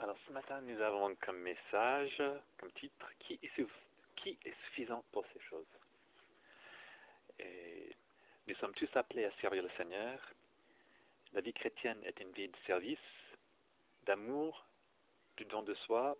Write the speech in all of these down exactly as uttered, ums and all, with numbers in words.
Alors ce matin, nous avons comme message, comme titre, qui est, suff- qui est suffisant pour ces choses. Et nous sommes tous appelés à servir le Seigneur. La vie chrétienne est une vie de service, d'amour, du don de soi,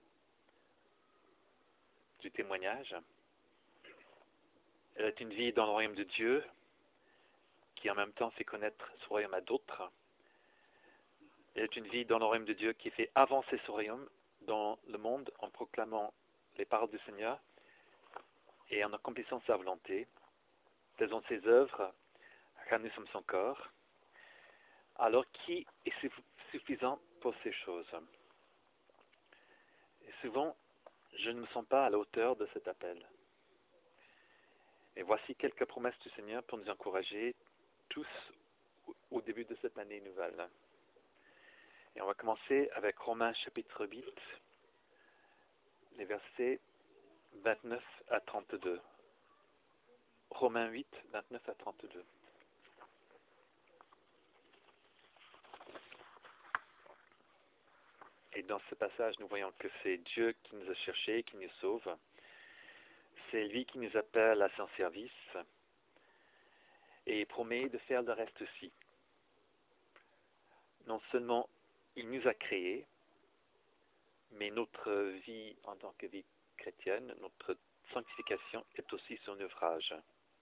du témoignage. Elle est une vie dans le royaume de Dieu, qui en même temps fait connaître ce royaume à d'autres. Elle est une vie dans le royaume de Dieu qui fait avancer ce royaume dans le monde en proclamant les paroles du Seigneur et en accomplissant sa volonté. Faisons ses œuvres, car nous sommes son corps. Alors, qui est suffisant pour ces choses? Et souvent, je ne me sens pas à la hauteur de cet appel. Et voici quelques promesses du Seigneur pour nous encourager tous au début de cette année nouvelle. Et on va commencer avec Romains chapitre huit, les versets vingt-neuf à trente-deux. Romains huit, vingt-neuf à trente-deux. Et dans ce passage, nous voyons que c'est Dieu qui nous a cherchés, qui nous sauve. C'est lui qui nous appelle à son service et promet de faire le reste aussi. Non seulement il nous a créés, mais notre vie en tant que vie chrétienne, notre sanctification est aussi son ouvrage.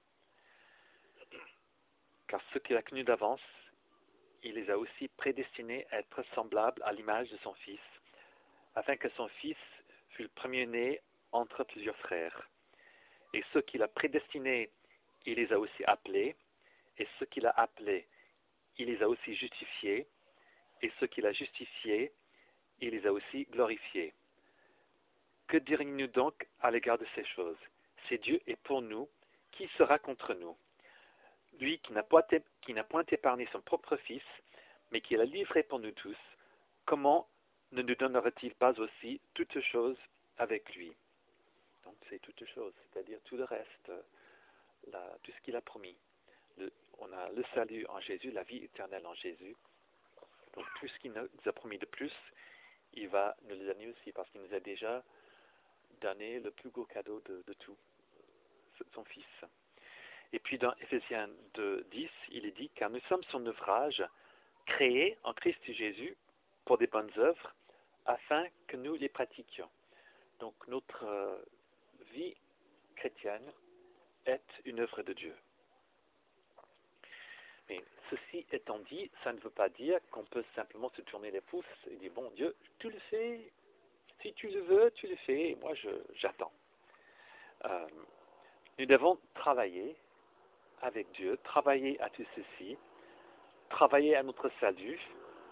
Car ceux qu'il a connus d'avance, il les a aussi prédestinés à être semblables à l'image de son Fils, afin que son Fils fût le premier-né entre plusieurs frères. Et ceux qu'il a prédestinés, il les a aussi appelés, et ceux qu'il a appelés, il les a aussi justifiés, et ceux qu'il a justifiés, il les a aussi glorifiés. Que dirions-nous donc à l'égard de ces choses? Si Dieu est pour nous, qui sera contre nous? Lui qui n'a point, qui n'a point épargné son propre Fils, mais qui l'a livré pour nous tous, comment ne nous donnera-t-il pas aussi toutes choses avec lui? Donc c'est toutes choses, c'est-à-dire tout le reste, la, tout ce qu'il a promis. Le, on a le salut en Jésus, la vie éternelle en Jésus. Donc tout ce qu'il nous a promis de plus, il va nous le donner aussi, parce qu'il nous a déjà donné le plus beau cadeau de, de tout, son Fils. Et puis dans Éphésiens deux, dix, il est dit, car nous sommes son ouvrage, créé en Christ Jésus pour des bonnes œuvres, afin que nous les pratiquions. Donc notre euh, vie chrétienne est une œuvre de Dieu. Mais ceci étant dit, ça ne veut pas dire qu'on peut simplement se tourner les pouces et dire, bon Dieu, tu le fais, si tu le veux, tu le fais, et moi je, j'attends. Euh, nous devons travailler avec Dieu, travailler à tout ceci, travailler à notre salut,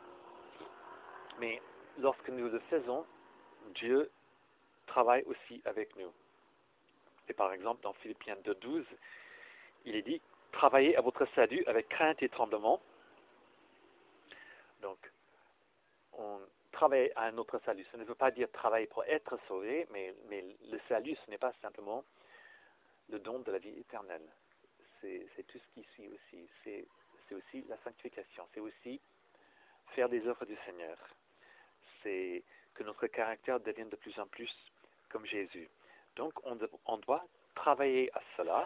mais lorsque nous le faisons, Dieu travaille aussi avec nous. Et par exemple, dans Philippiens deux, douze, il est dit, travaillez à votre salut avec crainte et tremblement. Donc, on travaille à notre salut. Ça ne veut pas dire travailler pour être sauvé, mais, mais le salut, ce n'est pas simplement le don de la vie éternelle. C'est, c'est tout ce qui suit aussi. C'est, c'est aussi la sanctification. C'est aussi faire des œuvres du Seigneur. C'est que notre caractère devienne de plus en plus comme Jésus. Donc, on, de, on doit travailler à cela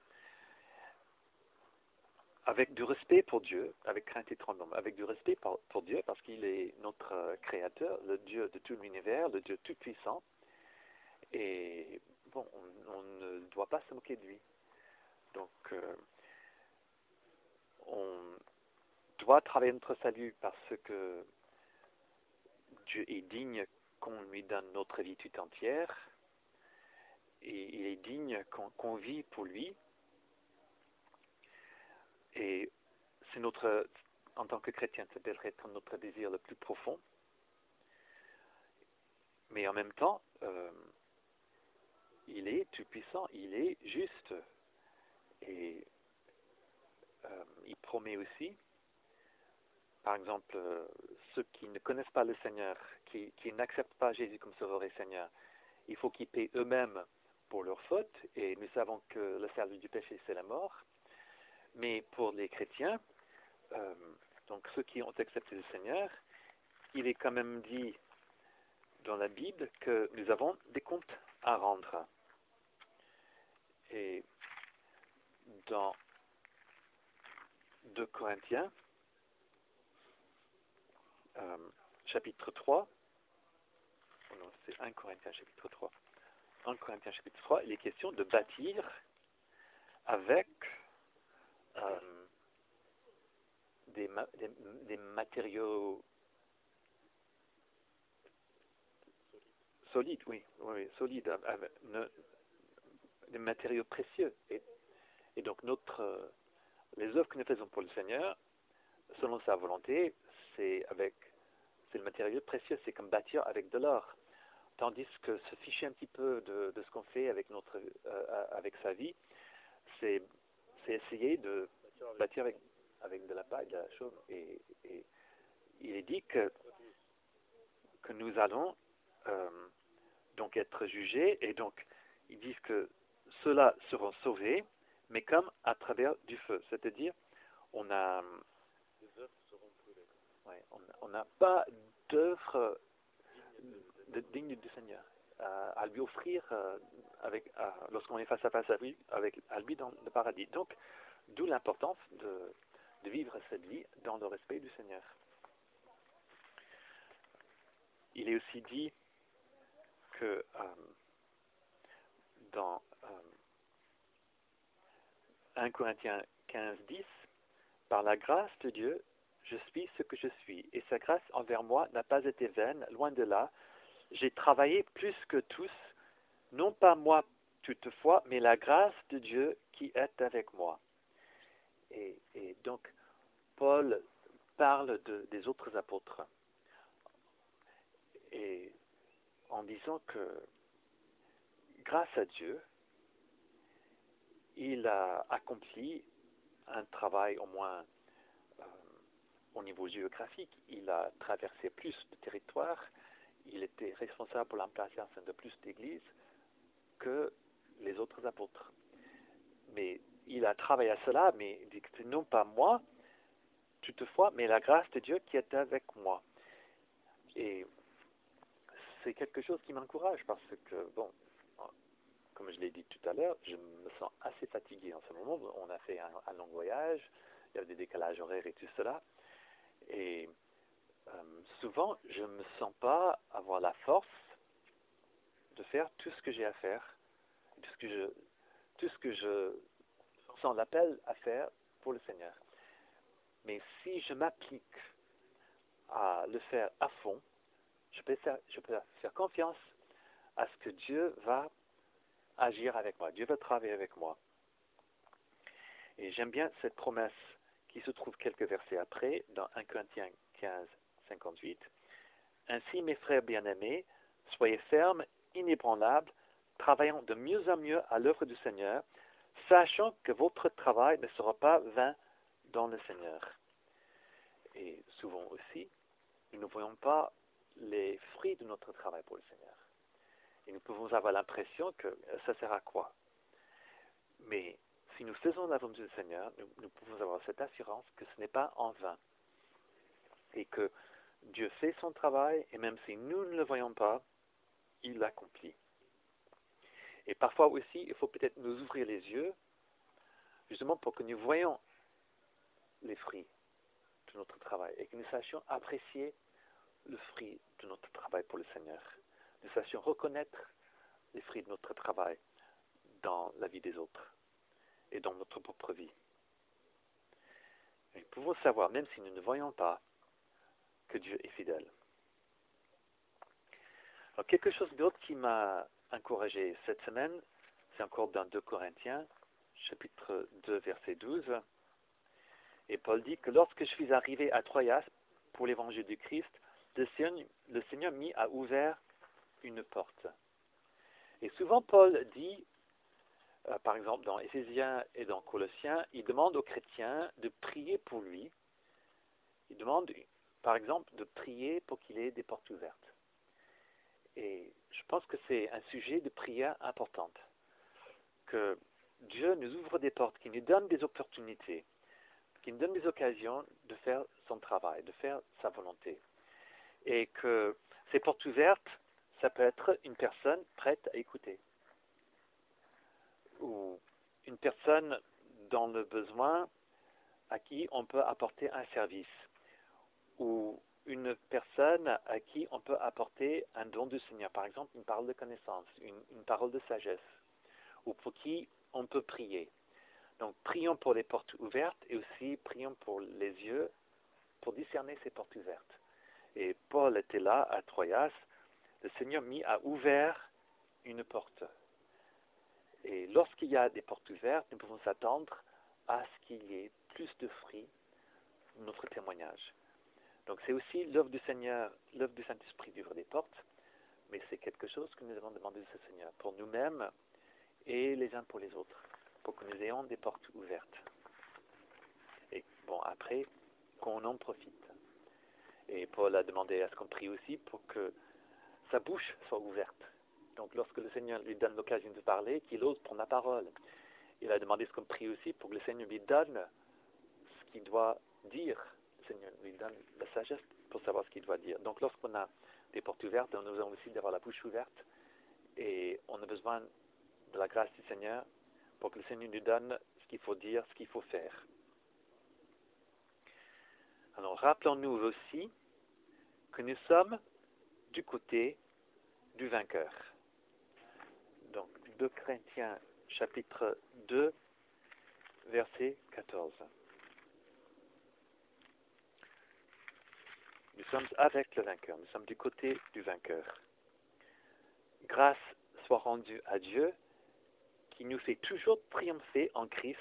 avec du respect pour Dieu, avec crainte et tremblement, avec du respect pour, pour Dieu, parce qu'il est notre Créateur, le Dieu de tout l'univers, le Dieu tout-puissant. Et bon, on, on ne doit pas se moquer de lui. Donc, euh, on doit travailler notre salut parce que Dieu est digne qu'on lui donne notre vie tout entière, et il est digne qu'on, qu'on vit pour lui. Et c'est notre, en tant que chrétien, ça devrait être notre désir le plus profond. Mais en même temps, euh, il est tout-puissant, il est juste. Et euh, il promet aussi, par exemple, euh, ceux qui ne connaissent pas le Seigneur, qui, qui n'acceptent pas Jésus comme Sauveur et Seigneur, il faut qu'ils paient eux-mêmes pour leurs fautes. Et nous savons que le salut du péché, c'est la mort. Mais pour les chrétiens, euh, donc ceux qui ont accepté le Seigneur, il est quand même dit dans la Bible que nous avons des comptes à rendre. Et dans deux Corinthiens, euh, chapitre trois, oh non, c'est un Corinthiens chapitre trois, un Corinthiens chapitre trois, il est question de bâtir avec euh, des, ma des, des matériaux solides, oui, oui solides, avec, ne, des matériaux précieux. Et, et donc notre, euh, les œuvres que nous faisons pour le Seigneur, selon sa volonté, c'est avec c'est le matériau précieux, c'est comme bâtir avec de l'or. Tandis que se ficher un petit peu de, de ce qu'on fait avec notre euh, avec sa vie, c'est c'est essayer de bâtir avec, avec de la paille, de la chaume. Et, et il est dit que, que nous allons euh, donc être jugés, et donc ils disent que ceux-là seront sauvés, mais comme à travers du feu. C'est-à-dire, on a ouais, on n'a pas d'œuvre digne du Seigneur à, à lui offrir euh, avec lorsqu'on est face à face à lui, avec, à lui dans le paradis. Donc, d'où l'importance de, de vivre cette vie dans le respect du Seigneur. Il est aussi dit que euh, dans euh, un Corinthiens quinze, dix, par la grâce de Dieu, je suis ce que je suis, et sa grâce envers moi n'a pas été vaine, loin de là. J'ai travaillé plus que tous, non pas moi toutefois, mais la grâce de Dieu qui est avec moi. Et, et donc, Paul parle de, des autres apôtres, et en disant que grâce à Dieu, il a accompli un travail au moins euh, au niveau géographique. Il a traversé plus de territoires, il était responsable pour l'implantation de plus d'églises que les autres apôtres. Mais il a travaillé à cela, mais il dit que non pas moi, toutefois, mais la grâce de Dieu qui est avec moi. Et c'est quelque chose qui m'encourage parce que, bon, comme je l'ai dit tout à l'heure, je me sens assez fatigué en ce moment. On a fait un, un long voyage, il y a des décalages horaires et tout cela. Et euh, souvent, je ne me sens pas avoir la force de faire tout ce que j'ai à faire, tout ce que je, tout ce que je sens l'appel à faire pour le Seigneur. Mais si je m'applique à le faire à fond, je peux faire, je peux faire confiance à ce que Dieu va agir avec moi. Dieu va travailler avec moi. Et j'aime bien cette promesse qui se trouve quelques versets après, dans un Corinthiens quinze, cinquante-huit. Ainsi, mes frères bien-aimés, soyez fermes, inébranlables, travaillant de mieux en mieux à l'œuvre du Seigneur, sachant que votre travail ne sera pas vain dans le Seigneur. Et souvent aussi, nous ne voyons pas les fruits de notre travail pour le Seigneur. Et nous pouvons avoir l'impression que ça sert à quoi? Mais si nous faisons la volonté du Seigneur, nous, nous pouvons avoir cette assurance que ce n'est pas en vain. Et que Dieu fait son travail, et même si nous ne le voyons pas, il l'accomplit. Et parfois aussi, il faut peut-être nous ouvrir les yeux, justement pour que nous voyions les fruits de notre travail, et que nous sachions apprécier le fruit de notre travail pour le Seigneur. Nous sachions reconnaître les fruits de notre travail dans la vie des autres et dans notre propre vie. Et nous pouvons savoir, même si nous ne voyons pas, que Dieu est fidèle. Alors, quelque chose d'autre qui m'a encouragé cette semaine, c'est encore dans deux Corinthiens, chapitre deux, verset douze. Et Paul dit que lorsque je suis arrivé à Troas pour l'évangile du Christ, le Seigneur, le Seigneur m'y a ouvert une porte. Et souvent Paul dit, euh, par exemple dans Éphésiens et dans Colossiens, il demande aux chrétiens de prier pour lui. Il demande, par exemple, de prier pour qu'il ait des portes ouvertes. Et je pense que c'est un sujet de prière importante. Que Dieu nous ouvre des portes, qu'il nous donne des opportunités, qu'il nous donne des occasions de faire son travail, de faire sa volonté. Et que ces portes ouvertes ça peut être une personne prête à écouter. Ou une personne dans le besoin à qui on peut apporter un service. Ou une personne à qui on peut apporter un don du Seigneur. Par exemple, une parole de connaissance, une, une parole de sagesse. Ou pour qui on peut prier. Donc, prions pour les portes ouvertes et aussi prions pour les yeux pour discerner ces portes ouvertes. Et Paul était là à Troas. Le Seigneur mis a ouvert une porte. Et lorsqu'il y a des portes ouvertes, nous pouvons s'attendre à ce qu'il y ait plus de fruits dans notre témoignage. Donc c'est aussi l'œuvre du Seigneur, l'œuvre du Saint-Esprit d'ouvrir des portes, mais c'est quelque chose que nous avons demandé de ce Seigneur pour nous-mêmes et les uns pour les autres, pour que nous ayons des portes ouvertes. Et bon, après, qu'on en profite. Et Paul a demandé à ce qu'on prie aussi pour que sa bouche soit ouverte. Donc lorsque le Seigneur lui donne l'occasion de parler, qu'il ose prendre la parole. Il a demandé ce qu'on prie aussi pour que le Seigneur lui donne ce qu'il doit dire. Le Seigneur lui donne la sagesse pour savoir ce qu'il doit dire. Donc lorsqu'on a des portes ouvertes, nous avons aussi d'avoir la bouche ouverte. Et on a besoin de la grâce du Seigneur pour que le Seigneur nous donne ce qu'il faut dire, ce qu'il faut faire. Alors rappelons-nous aussi que nous sommes du côté du vainqueur. Donc deux Corinthiens chapitre deux, verset quatorze. Nous sommes avec le vainqueur, nous sommes du côté du vainqueur. Grâce soit rendue à Dieu qui nous fait toujours triompher en Christ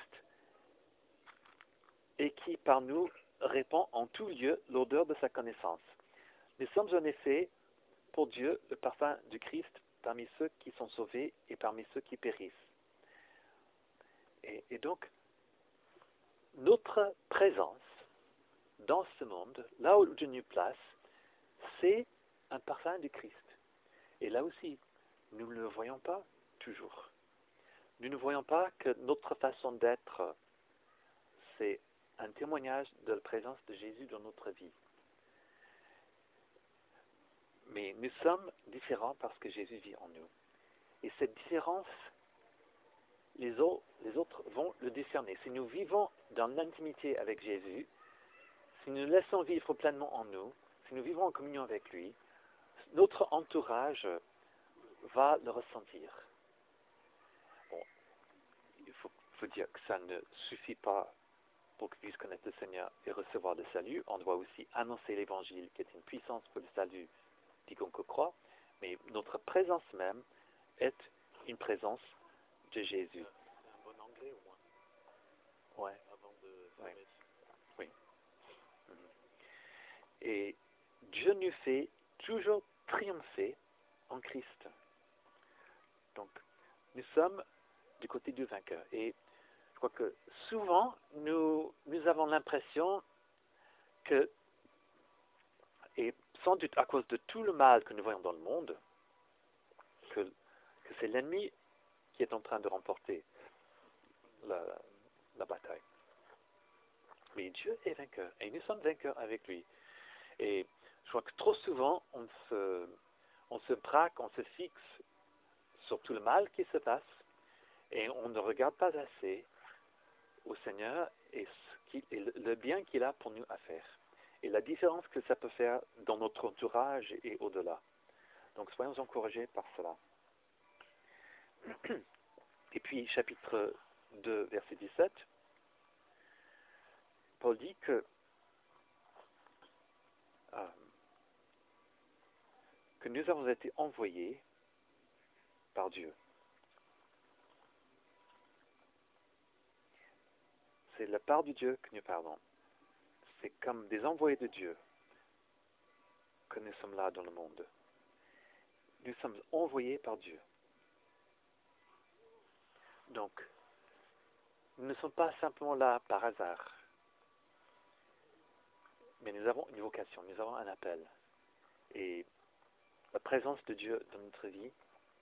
et qui par nous répand en tout lieu l'odeur de sa connaissance. Nous sommes en effet pour Dieu le parfum du Christ parmi ceux qui sont sauvés et parmi ceux qui périssent. Et, et donc, notre présence dans ce monde, là où Dieu nous place, c'est un parfum du Christ. Et là aussi, nous ne le voyons pas toujours. Nous ne voyons pas que notre façon d'être, c'est un témoignage de la présence de Jésus dans notre vie. Mais nous sommes différents parce que Jésus vit en nous. Et cette différence, les autres, les autres vont le discerner. Si nous vivons dans l'intimité avec Jésus, si nous laissons vivre pleinement en nous, si nous vivons en communion avec lui, notre entourage va le ressentir. Bon, il faut, faut dire que ça ne suffit pas pour qu'ils puissent connaître le Seigneur et recevoir le salut. On doit aussi annoncer l'évangile qui est une puissance pour le salut de quiconque croit, mais notre présence même est une présence de Jésus. C'est un bon anglais au moins. Ouais. Avant de Ouais. Oui. Mhm. Et Dieu nous fait toujours triompher en Christ. Donc, nous sommes du côté du vainqueur. Et je crois que souvent, nous, nous avons l'impression que, et sans doute à cause de tout le mal que nous voyons dans le monde, que, que c'est l'ennemi qui est en train de remporter la, la bataille. Mais Dieu est vainqueur, et nous sommes vainqueurs avec lui. Et je crois que trop souvent, on se, on se braque, on se fixe sur tout le mal qui se passe, et on ne regarde pas assez au Seigneur et, ce qui, et le, le bien qu'il a pour nous à faire. Et la différence que ça peut faire dans notre entourage et au-delà. Donc soyons encouragés par cela. Et puis, chapitre deux, verset dix-sept, Paul dit que, euh, que nous avons été envoyés par Dieu. C'est la part de Dieu que nous parlons. C'est comme des envoyés de Dieu que nous sommes là dans le monde. Nous sommes envoyés par Dieu. Donc, nous ne sommes pas simplement là par hasard. Mais nous avons une vocation, nous avons un appel. Et la présence de Dieu dans notre vie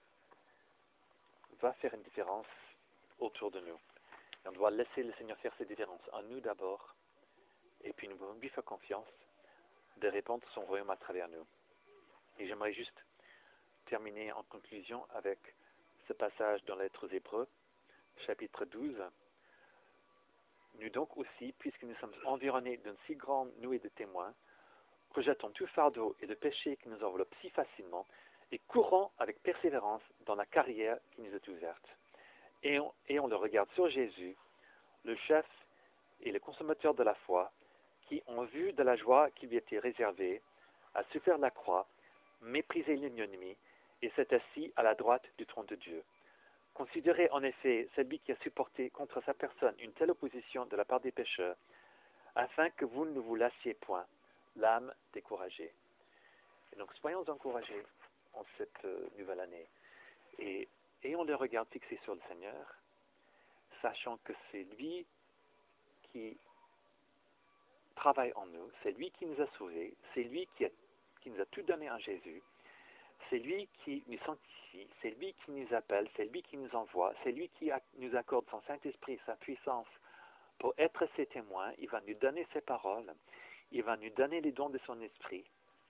va faire une différence autour de nous. Et on doit laisser le Seigneur faire ces différences en nous d'abord, et puis nous pouvons lui faire confiance de répandre son royaume à travers nous. Et j'aimerais juste terminer en conclusion avec ce passage dans l'Lettre aux Hébreux, chapitre douze. Nous donc aussi, puisque nous sommes environnés d'une si grande nuée de témoins, rejetons tout fardeau et le péché qui nous enveloppe si facilement et courons avec persévérance dans la carrière qui nous est ouverte. Et on, et on le regarde sur Jésus, le chef et le consommateur de la foi, qui, en vue de la joie qui lui était réservée, a souffert la croix, méprisé l'ignominie et s'est assis à la droite du trône de Dieu. Considérez en effet celui qui a supporté contre sa personne une telle opposition de la part des pécheurs, afin que vous ne vous lassiez point, l'âme découragée. Et donc soyons encouragés en cette euh, nouvelle année. Et ayons le regard fixé sur le Seigneur, sachant que c'est lui qui travaille en nous, c'est lui qui nous a sauvés, c'est lui qui, a, qui nous a tout donné en Jésus, c'est lui qui nous sanctifie, c'est lui qui nous appelle, c'est lui qui nous envoie, c'est lui qui a, nous accorde son Saint-Esprit, sa puissance pour être ses témoins. Il va nous donner ses paroles, il va nous donner les dons de son esprit.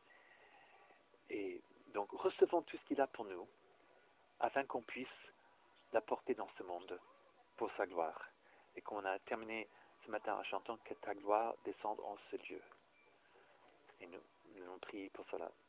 Et donc recevons tout ce qu'il a pour nous, afin qu'on puisse l'apporter dans ce monde pour sa gloire. Et qu'on a terminé ce matin en chantant que ta gloire descende en ce lieu. Et nous, nous allons prier pour cela.